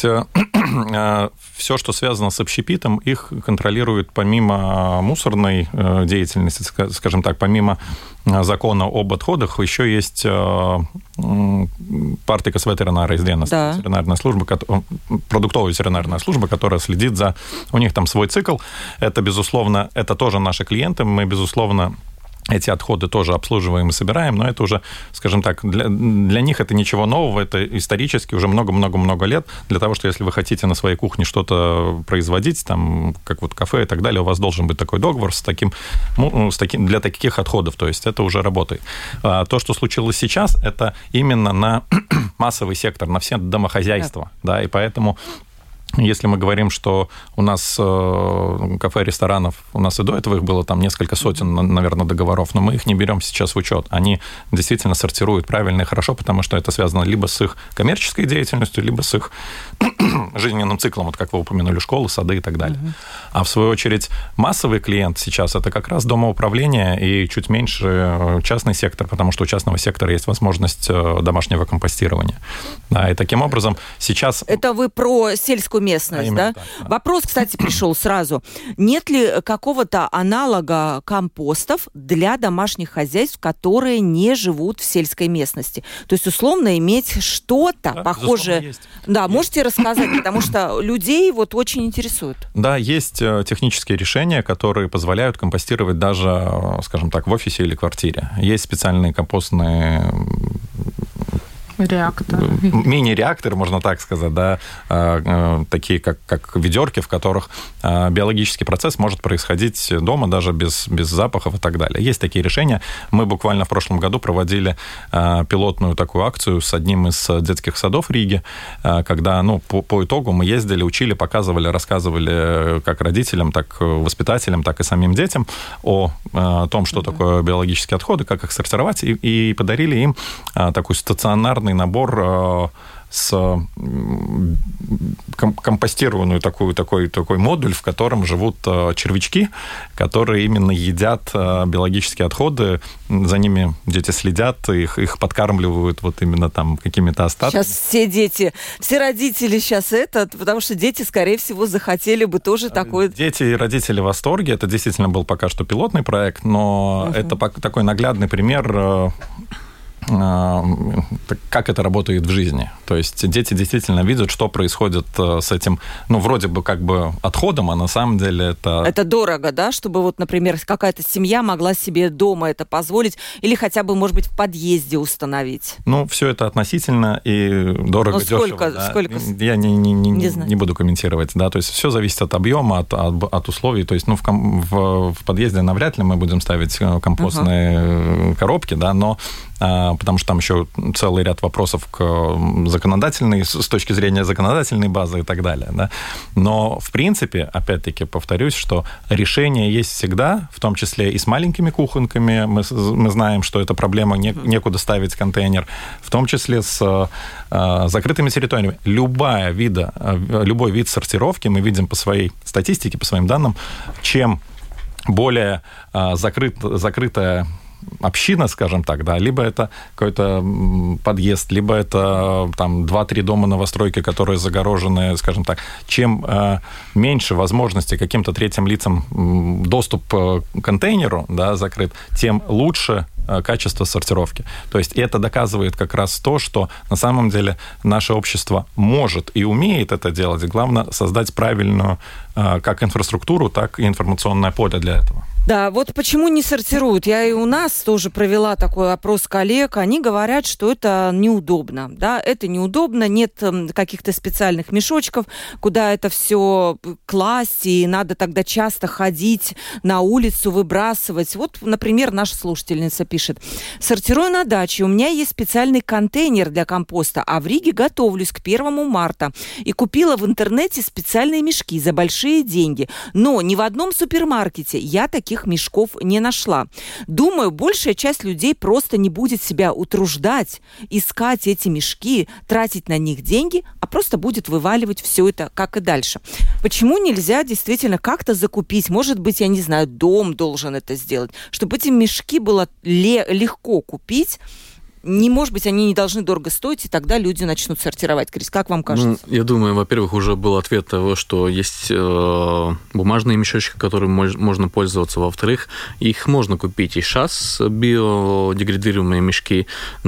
все, что связано с общепитом, их контролирует помимо мусорной деятельности, скажем так, помимо закона об отходах, еще есть партикас ветеринарijas dienas, да. ветеринарная служба, продуктовая ветеринарная служба, которая следит за... У них там свой цикл. Это, безусловно, это тоже наши клиенты. Мы, безусловно, эти отходы тоже обслуживаем и собираем, но это уже, скажем так, для, для них это ничего нового, это исторически уже много-много-много лет. Для того, что если вы хотите на своей кухне что-то производить, там, как вот кафе и так далее, у вас должен быть такой договор с таким, ну, с таким, для таких отходов, то есть это уже работает. А то, что случилось сейчас, это именно на массовый сектор, на все домохозяйства, да, и поэтому... Если мы говорим, что у нас э, кафе, ресторанов, у нас и до этого их было там несколько сотен, наверное, договоров, но мы их не берем сейчас в учет. Они действительно сортируют правильно и хорошо, потому что это связано либо с их коммерческой деятельностью, либо с их жизненным циклом, вот как вы упомянули, школы, сады и так далее. Uh-huh. А в свою очередь массовый клиент сейчас это как раз домоуправление и чуть меньше частный сектор, потому что у частного сектора есть возможность домашнего компостирования. Да, и таким образом сейчас... Это вы про сельскую сельскую местность, а да? Так, да? Вопрос, кстати, пришел сразу. Нет ли какого-то аналога компостов для домашних хозяйств, которые не живут в сельской местности? То есть, условно, иметь что-то да, похожее. Есть. Да, есть. Можете рассказать, потому что людей вот очень интересует. Да, есть технические решения, которые позволяют компостировать даже, скажем так, в офисе или квартире. Есть специальные компостные Реактор. Мини-реакторы, можно так сказать, да, такие как, как ведерки, в которых биологический процесс может происходить дома даже без, без запахов и так далее. Есть такие решения. Мы буквально в прошлом году проводили пилотную такую акцию с одним из детских садов Риги, когда, ну, по, по итогу мы ездили, учили, показывали, рассказывали как родителям, так воспитателям, так и самим детям о, о том, что mm-hmm. такое биологические отходы, как их сортировать, и, и подарили им такой стационарный набор с компостированную такую, такой, такой модуль, в котором живут червячки, которые именно едят биологические отходы, за ними дети следят, их, их подкармливают вот именно там какими-то остатками. Сейчас все дети, все родители сейчас это, потому что дети, скорее всего, захотели бы тоже такой... Дети и родители в восторге. Это действительно был пока что пилотный проект, но uh-huh. это такой наглядный пример, как это работает в жизни. То есть дети действительно видят, что происходит с этим, ну, вроде бы как бы отходом, а на самом деле это... Это дорого, да? Чтобы вот, например, какая-то семья могла себе дома это позволить или хотя бы, может быть, в подъезде установить. Ну, все это относительно и дорого, дешево. Сколько? Да? сколько? Я не, не, не, не, не буду комментировать, да, то есть все зависит от объема, от, от, от условий. То есть, ну, в, в, в подъезде навряд ли мы будем ставить компостные uh-huh. коробки, да, но потому что там еще целый ряд вопросов к законодательной, с точки зрения законодательной базы и так далее. Да? Но, в принципе, опять-таки, повторюсь, что решение есть всегда, в том числе и с маленькими кухонками. Мы, мы знаем, что эта проблема, не, некуда ставить контейнер, в том числе с э, закрытыми территориями. Любая вида, э, любой вид сортировки, мы видим по своей статистике, по своим данным, чем более э, закрыт, закрытая община, скажем так, да, либо это какой-то подъезд, либо это там два-три дома новостройки, которые загорожены, скажем так. Чем э, меньше возможности каким-то третьим лицам доступ к контейнеру, да, закрыт, тем лучше э, качество сортировки. То есть это доказывает как раз то, что на самом деле наше общество может и умеет это делать. Главное создать правильную э, как инфраструктуру, так и информационное поле для этого. Да, вот почему не сортируют. Я и у нас тоже провела такой опрос коллег. Они говорят, что это неудобно. Да, это неудобно, нет каких-то специальных мешочков, куда это все класть, и надо тогда часто ходить на улицу, выбрасывать. Вот, например, наша слушательница пишет. Сортирую на даче. У меня есть специальный контейнер для компоста, а в Риге готовлюсь к первому марта. И купила в интернете специальные мешки за большие деньги. Но ни в одном супермаркете я таких мешков не нашла. Думаю, большая часть людей просто не будет себя утруждать, искать эти мешки, тратить на них деньги, а просто будет вываливать все это, как и дальше. Почему нельзя действительно как-то закупить? Может быть, я не знаю, дом должен это сделать, чтобы эти мешки было ле- легко купить. Не, может быть, они не должны дорого стоить, и тогда люди начнут сортировать. Крис, как вам кажется? Ну, я думаю, во-первых, уже был ответ того, что есть э, бумажные мешочки, которыми мож, можно пользоваться. Во-вторых, их можно купить и сейчас, биодеградируемые мешки,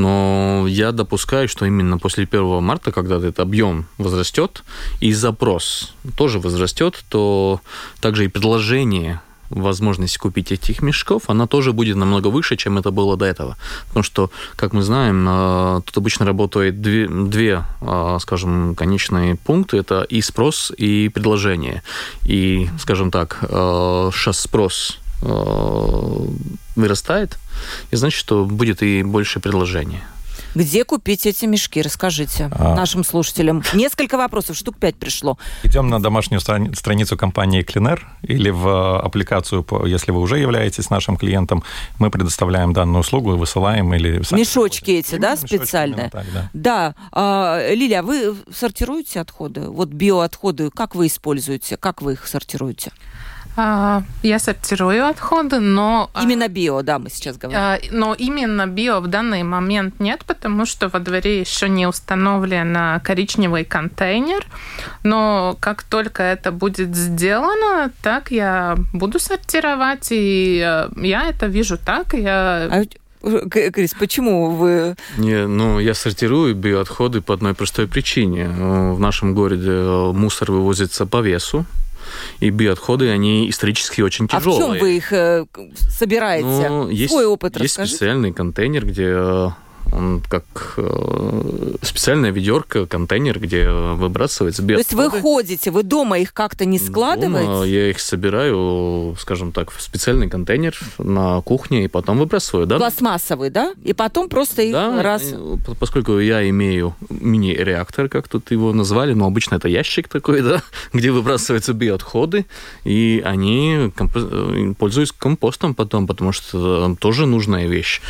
но я допускаю, что именно после первого марта, когда этот объем возрастет, и запрос тоже возрастет, то также и предложение возможность купить этих мешков, она тоже будет намного выше, чем это было до этого. Потому что, как мы знаем, тут обычно работают две, две скажем, конечные пункты. Это и спрос, и предложение. И, скажем так, сейчас спрос вырастает, и значит, что будет и больше предложения. Где купить эти мешки? Расскажите а... нашим слушателям. Несколько вопросов, штук пять пришло. Идем на домашнюю страни- страницу компании Cleaner или в аппликацию, если вы уже являетесь нашим клиентом, мы предоставляем данную услугу, высылаем или... Мешочки эти, да, специальные? Так, да. Да. А, Лилия, вы сортируете отходы? Вот биоотходы, как вы используете? Как вы их сортируете? Я сортирую отходы, но... Именно био, да, мы сейчас говорим. Но именно био в данный момент нет, потому что во дворе еще не установлен коричневый контейнер. Но как только это будет сделано, так я буду сортировать, и я это вижу так. Я... А... Крис, почему вы... Не, ну, я сортирую биоотходы по одной простой причине. В нашем городе мусор вывозится по весу, и биоотходы, они исторически очень тяжелые. А в чем вы их э, собираете? Ну, есть, свой опыт есть расскажите. Специальный контейнер, где... Он как э, специальная ведерко, контейнер, где выбрасывается биоотходы. То есть вы ходите, вы дома их как-то не складываете? Дома я их собираю, скажем так, в специальный контейнер на кухне и потом выбрасываю. Да? Пластмассовый, да? И потом просто их да, раз... Поскольку я имею мини-реактор, как тут его назвали, но обычно это ящик такой, да, где выбрасываются биоотходы, и они комп... пользуются компостом потом, потому что тоже нужная вещь.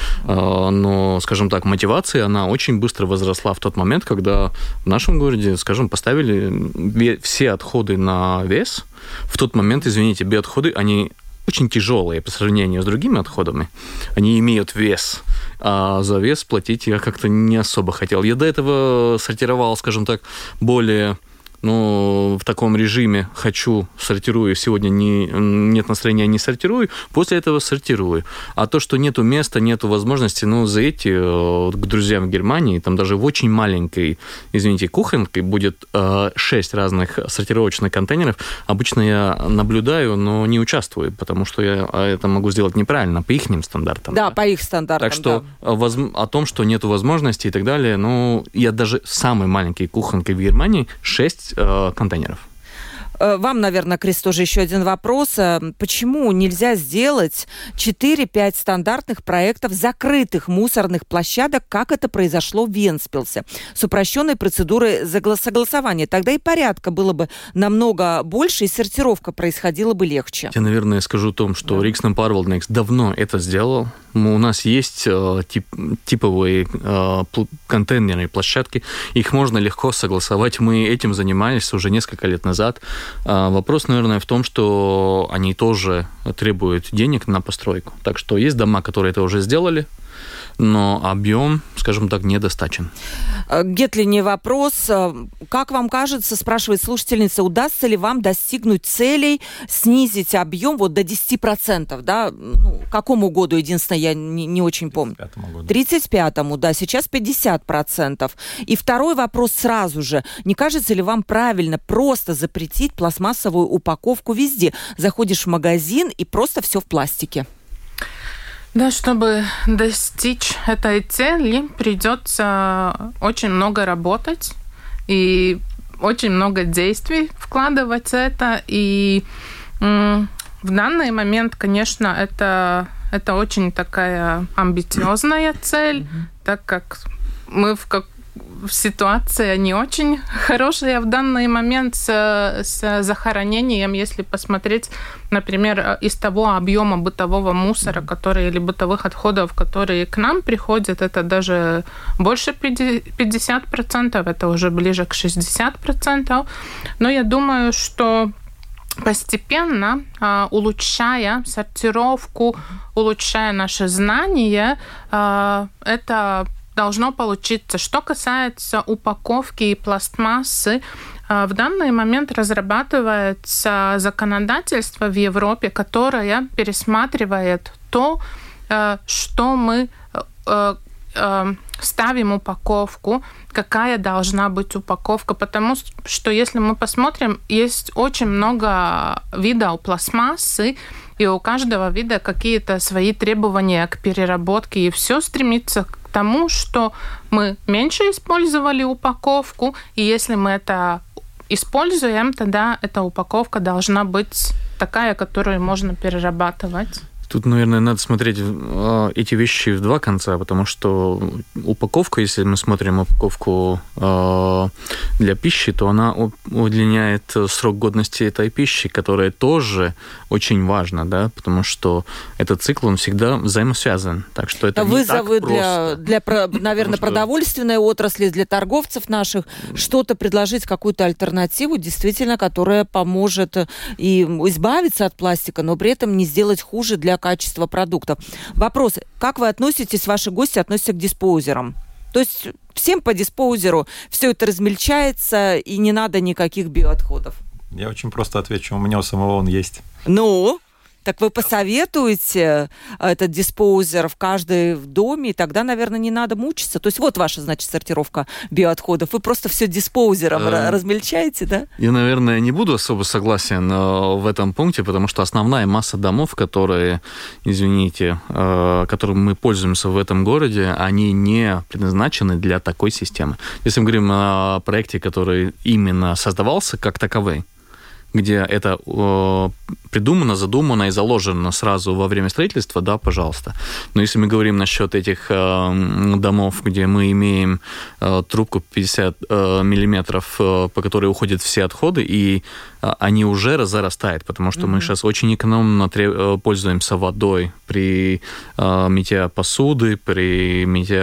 Но, скажем так, мотивация, она очень быстро возросла в тот момент, когда в нашем городе, скажем, поставили все отходы на вес. В тот момент, извините, биоотходы, они очень тяжелые по сравнению с другими отходами. Они имеют вес, а за вес платить я как-то не особо хотел. Я до этого сортировал, скажем так, более... Ну, в таком режиме хочу, сортирую, сегодня не, нет настроения, не сортирую, после этого сортирую. А то, что нету места, нету возможности, ну, заедьте к друзьям в Германии, там даже в очень маленькой, извините, кухонке будет шесть разных сортировочных контейнеров. Обычно я наблюдаю, но не участвую, потому что я это могу сделать неправильно, по их стандартам. Да, да, по их стандартам, Так что да. воз... о том, что нету возможности и так далее, ну, я даже в самой маленькой кухонке в Германии шесть контейнеров. Вам, наверное, Крис, тоже еще один вопрос. Почему нельзя сделать четыре-пять стандартных проектов закрытых мусорных площадок, как это произошло в Вентспилсе, с упрощенной процедурой согласования? Тогда и порядка было бы намного больше, и сортировка происходила бы легче. Я, наверное, скажу о том, что да. Рикснам Парвалднекс давно это сделал. У нас есть э, тип, типовые э, контейнерные площадки. Их можно легко согласовать. Мы этим занимались уже несколько лет назад. А вопрос, наверное, в том, что они тоже требуют денег на постройку. Так что есть дома, которые это уже сделали, но объем, скажем так, недостаточен. Гетлине вопрос. Как вам кажется, спрашивает слушательница, удастся ли вам достигнуть целей, снизить объем вот до десять процентов? Да? Ну, к какому году, единственное, я не, не очень помню. тридцать пятому году. тридцать пятому, да, сейчас пятьдесят процентов. И второй вопрос сразу же. Не кажется ли вам правильно просто запретить пластмассовую упаковку везде? Заходишь в магазин и просто все в пластике. Да, чтобы достичь этой цели, придется очень много работать и очень много действий вкладывать в это. И м- в данный момент, конечно, это, это очень такая амбициозная цель, mm-hmm. так как мы в как ситуация не очень хорошая в данный момент с, с захоронением, если посмотреть, например, из того объема бытового мусора, который, или бытовых отходов, которые к нам приходят, это даже больше пятьдесят процентов, это уже ближе к шестьдесят процентов. Но я думаю, что постепенно, улучшая сортировку, улучшая наши знания, это должно получиться. Что касается упаковки и пластмассы, в данный момент разрабатывается законодательство в Европе, которое пересматривает то, что мы ставим упаковку, какая должна быть упаковка, потому что, если мы посмотрим, есть очень много видов пластмассы, и у каждого вида какие-то свои требования к переработке, и все стремится к тому, что мы меньше использовали упаковку, и если мы это используем, тогда эта упаковка должна быть такая, которую можно перерабатывать. Тут, наверное, надо смотреть эти вещи в два конца, потому что упаковка, если мы смотрим упаковку для пищи, то она удлиняет срок годности этой пищи, которая тоже очень важна, да, потому что этот цикл, он всегда взаимосвязан. Так что это Вызовы не так просто. для, для, наверное, что... продовольственной отрасли, для торговцев наших, что-то предложить, какую-то альтернативу, действительно, которая поможет и избавиться от пластика, но при этом не сделать хуже для качества продуктов. Вопрос, как вы относитесь, ваши гости относятся к диспоузерам? То есть всем по диспоузеру все это размельчается, и не надо никаких биоотходов? Я очень просто отвечу, у меня у самого он есть. Ну... Так вы посоветуете этот диспоузер в каждой в доме, и тогда, наверное, не надо мучиться. То есть вот ваша, значит, сортировка биоотходов. Вы просто все диспоузером э, размельчаете, да? Я, наверное, не буду особо согласен в этом пункте, потому что основная масса домов, которые, извините, которыми мы пользуемся в этом городе, они не предназначены для такой системы. Если мы говорим о проекте, который именно создавался как таковой, где это э, придумано, задумано и заложено сразу во время строительства, да, пожалуйста. Но если мы говорим насчет этих э, домов, где мы имеем э, трубку пятьдесят э, миллиметров, э, по которой уходят все отходы, и э, они уже зарастают, потому что mm-hmm. мы сейчас очень экономно треб- пользуемся водой при э, мытье посуды, при мытье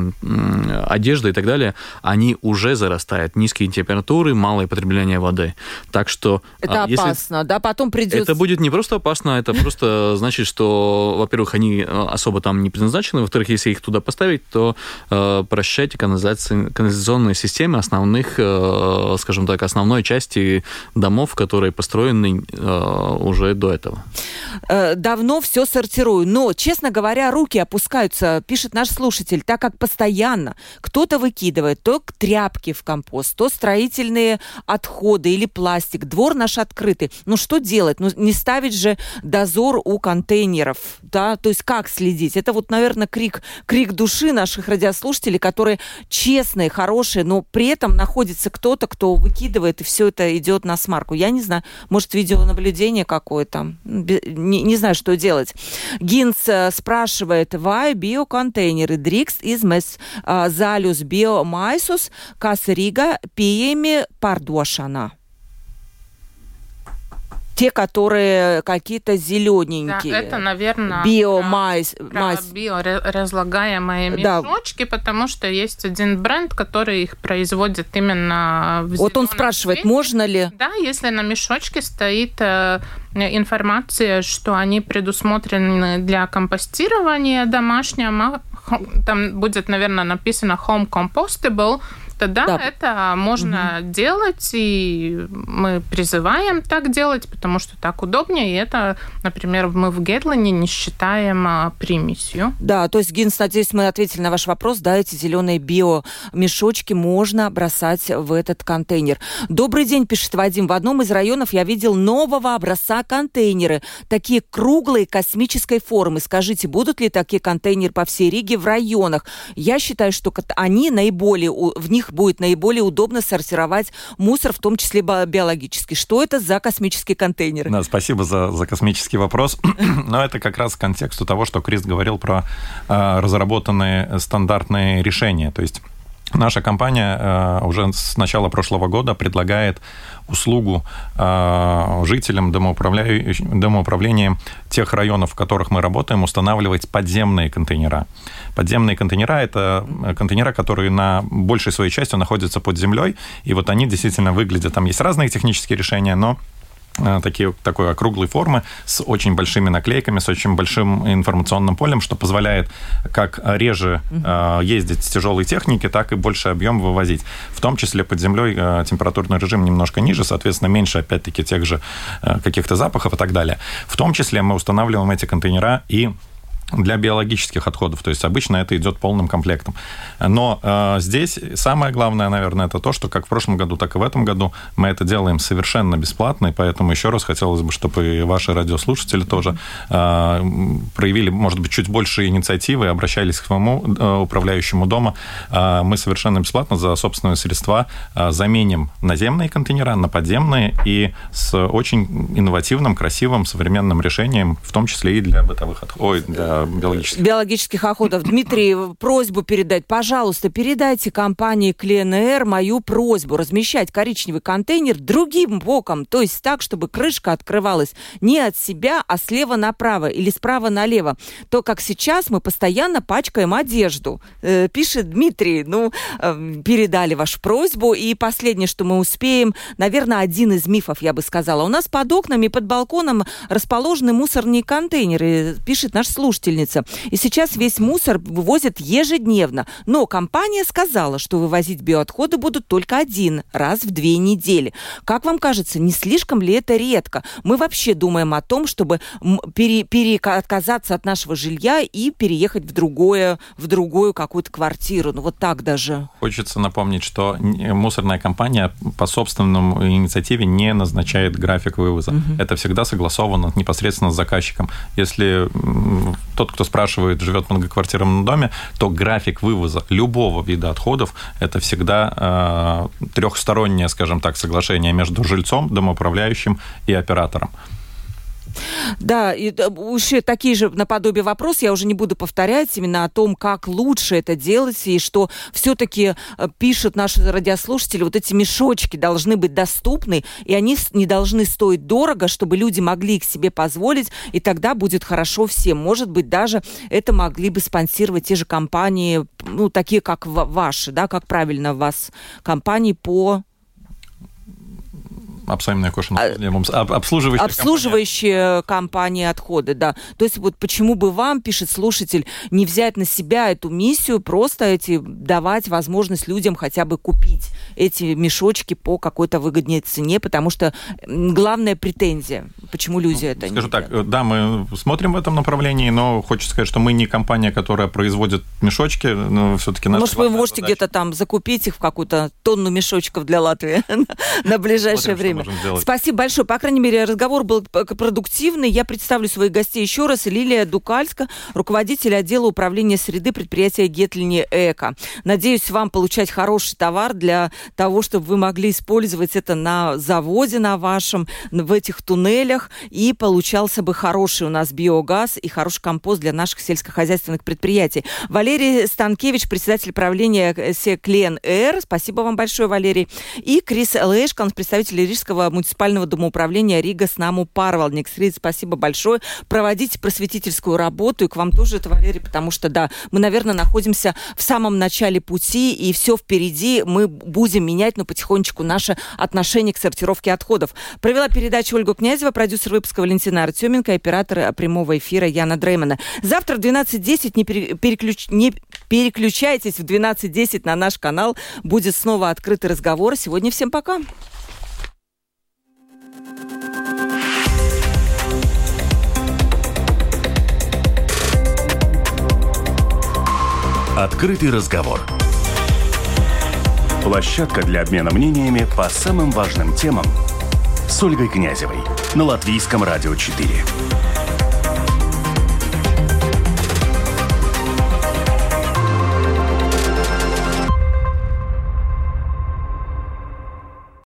э, одежды и так далее, они уже зарастают. Низкие температуры, малое потребление воды. Так что это а, если... опасно, да? Потом придется... Это будет не просто опасно, это просто значит, что, во-первых, они особо там не предназначены, во-вторых, если их туда поставить, то э, прощайте канализационные системы основных, э, скажем так, основной части домов, которые построены э, уже до этого. Давно все сортирую, но, честно говоря, руки опускаются, пишет наш слушатель, так как постоянно кто-то выкидывает то тряпки в компост, то строительные отходы или пластик. Двор наш открытый. Ну, что делать? Ну, не ставить же дозор у контейнеров, да? То есть как следить? Это вот, наверное, крик, крик души наших радиослушателей, которые честные, хорошие, но при этом находится кто-то, кто выкидывает, и все это идет на смарку. Я не знаю, может, видеонаблюдение какое-то. Не, не знаю, что делать. Гинс спрашивает, vai биоконтейнеры drīkst izmest zaļus biomaisus, kas Rīgā pieejami pārdošanā? Те, которые какие-то зелененькие. Да, это, наверное, биомайс, биоразлагаемые да. мешочки, потому что есть один бренд, который их производит именно в Вот он спрашивает, цвете. Можно ли? Да, если на мешочке стоит э, информация, что они предусмотрены для компостирования домашнего, там будет, наверное, написано home compostable, тогда да. это можно угу. делать, и мы призываем так делать, потому что так удобнее, и это, например, мы в Гетлине не считаем а, примесью. Да, то есть, Гинс, надеюсь, мы ответили на ваш вопрос, да, эти зеленые биомешочки можно бросать в этот контейнер. Добрый день, пишет Вадим, в одном из районов я видел нового образца контейнеры, такие круглые космической формы. Скажите, будут ли такие контейнеры по всей Риге в районах? Я считаю, что они наиболее, в них будет наиболее удобно сортировать мусор, в том числе биологический. Что это за космические контейнеры? Да, спасибо за, за космический вопрос. Но это как раз к контексту того, что Крис говорил про э, разработанные стандартные решения. То есть наша компания э, уже с начала прошлого года предлагает услугу э, жителям домоуправления тех районов, в которых мы работаем, устанавливать подземные контейнера. Подземные контейнера – это контейнера, которые на большей своей части находятся под землей, и вот они действительно выглядят, там есть разные технические решения, но такие, такой округлой формы, с очень большими наклейками, с очень большим информационным полем, что позволяет как реже э, ездить с тяжелой техники, так и больше объем вывозить. В том числе под землей э, температурный режим немножко ниже, соответственно, меньше, опять-таки, тех же э, каких-то запахов и так далее. В том числе мы устанавливаем эти контейнера и для биологических отходов, то есть обычно это идет полным комплектом. Но э, здесь самое главное, наверное, это то, что как в прошлом году, так и в этом году мы это делаем совершенно бесплатно, и поэтому еще раз хотелось бы, чтобы и ваши радиослушатели тоже э, проявили, может быть, чуть больше инициативы, обращались к своему э, управляющему дома. Э, мы совершенно бесплатно за собственные средства э, заменим наземные контейнера на подземные и с очень инновативным, красивым, современным решением, в том числе и для бытовых отходов, ой, для биологических. биологических отходов. Дмитрий, просьбу передать. Пожалуйста, передайте компании КЛНР мою просьбу размещать коричневый контейнер другим боком, то есть так, чтобы крышка открывалась не от себя, а слева направо или справа налево. То, как сейчас мы постоянно пачкаем одежду. Э, пишет Дмитрий. Ну, э, передали вашу просьбу. И последнее, что мы успеем, наверное, один из мифов, я бы сказала. У нас под окнами, под балконом расположены мусорные контейнеры, пишет наша слушательница. И сейчас весь мусор вывозят ежедневно. Но компания сказала, что вывозить биоотходы будут только один раз в две недели. Как вам кажется, не слишком ли это редко? Мы вообще думаем о том, чтобы пере, пере, отказаться от нашего жилья и переехать в другое, в другую какую-то квартиру. Ну вот так даже. Хочется напомнить, что мусорная компания по собственному инициативе не назначает график вывоза. Угу. Это всегда согласовано непосредственно с заказчиком. Если тот, кто спрашивает, живет в многоквартирном доме, то график вывоза любого вида отходов – это всегда э, трехстороннее, скажем так, соглашение между жильцом, домоуправляющим и оператором. Да, и еще такие же наподобие вопросы, я уже не буду повторять, именно о том, как лучше это делать, и что все-таки пишут наши радиослушатели, вот эти мешочки должны быть доступны, и они не должны стоить дорого, чтобы люди могли их себе позволить, и тогда будет хорошо всем. Может быть, даже это могли бы спонсировать те же компании, ну, такие как ваши, да, как правильно у вас, компании по... Обслуживающие обслуживающие, обслуживающие компании отходы, да. То есть вот почему бы вам, пишет слушатель, не взять на себя эту миссию, просто эти давать возможность людям хотя бы купить эти мешочки по какой-то выгоднее цене, потому что главная претензия, почему люди ну, это скажу не так, делают. Да, мы смотрим в этом направлении, но хочется сказать, что мы не компания, которая производит мешочки, но все-таки наша... Может, вы можете задача... где-то там закупить их в какую-то тонну мешочков для Латвии на ближайшее время. Спасибо большое. По крайней мере, разговор был продуктивный. Я представлю своих гостей еще раз. Лилия Дукальска, руководитель отдела управления среды предприятия Гетлини Эко. Надеюсь, вам получать хороший товар для того, чтобы вы могли использовать это на заводе на вашем, в этих туннелях, и получался бы хороший у нас биогаз и хороший компост для наших сельскохозяйственных предприятий. Валерий Станкевич, председатель правления КЛНР. Спасибо вам большое, Валерий. И Крис Лешкан, представитель Рижского муниципального домоуправления Рига Снаму Парвалдник. Спасибо большое. Проводите просветительскую работу. И к вам тоже это, Валерий, потому что, да, мы, наверное, находимся в самом начале пути, и все впереди. Мы будем менять, но потихонечку наше отношение к сортировке отходов. Провела передачу Ольга Князева, продюсер выпуска Валентина Артеменко, оператор прямого эфира Яна Дреймана. Завтра в двенадцать десять не, переключ... не переключайтесь в двенадцать десять на наш канал. Будет снова открытый разговор. Сегодня всем пока. Открытый разговор. Площадка для обмена мнениями по самым важным темам с Ольгой Князевой на Латвийском радио четыре.